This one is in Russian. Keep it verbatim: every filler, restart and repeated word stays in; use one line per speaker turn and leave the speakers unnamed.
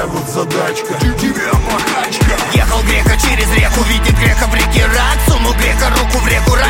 такая вот задачка. Тебе прокачка.
Ехал грека через реку, видит грека в реке рак. Сунул грека руку в реку,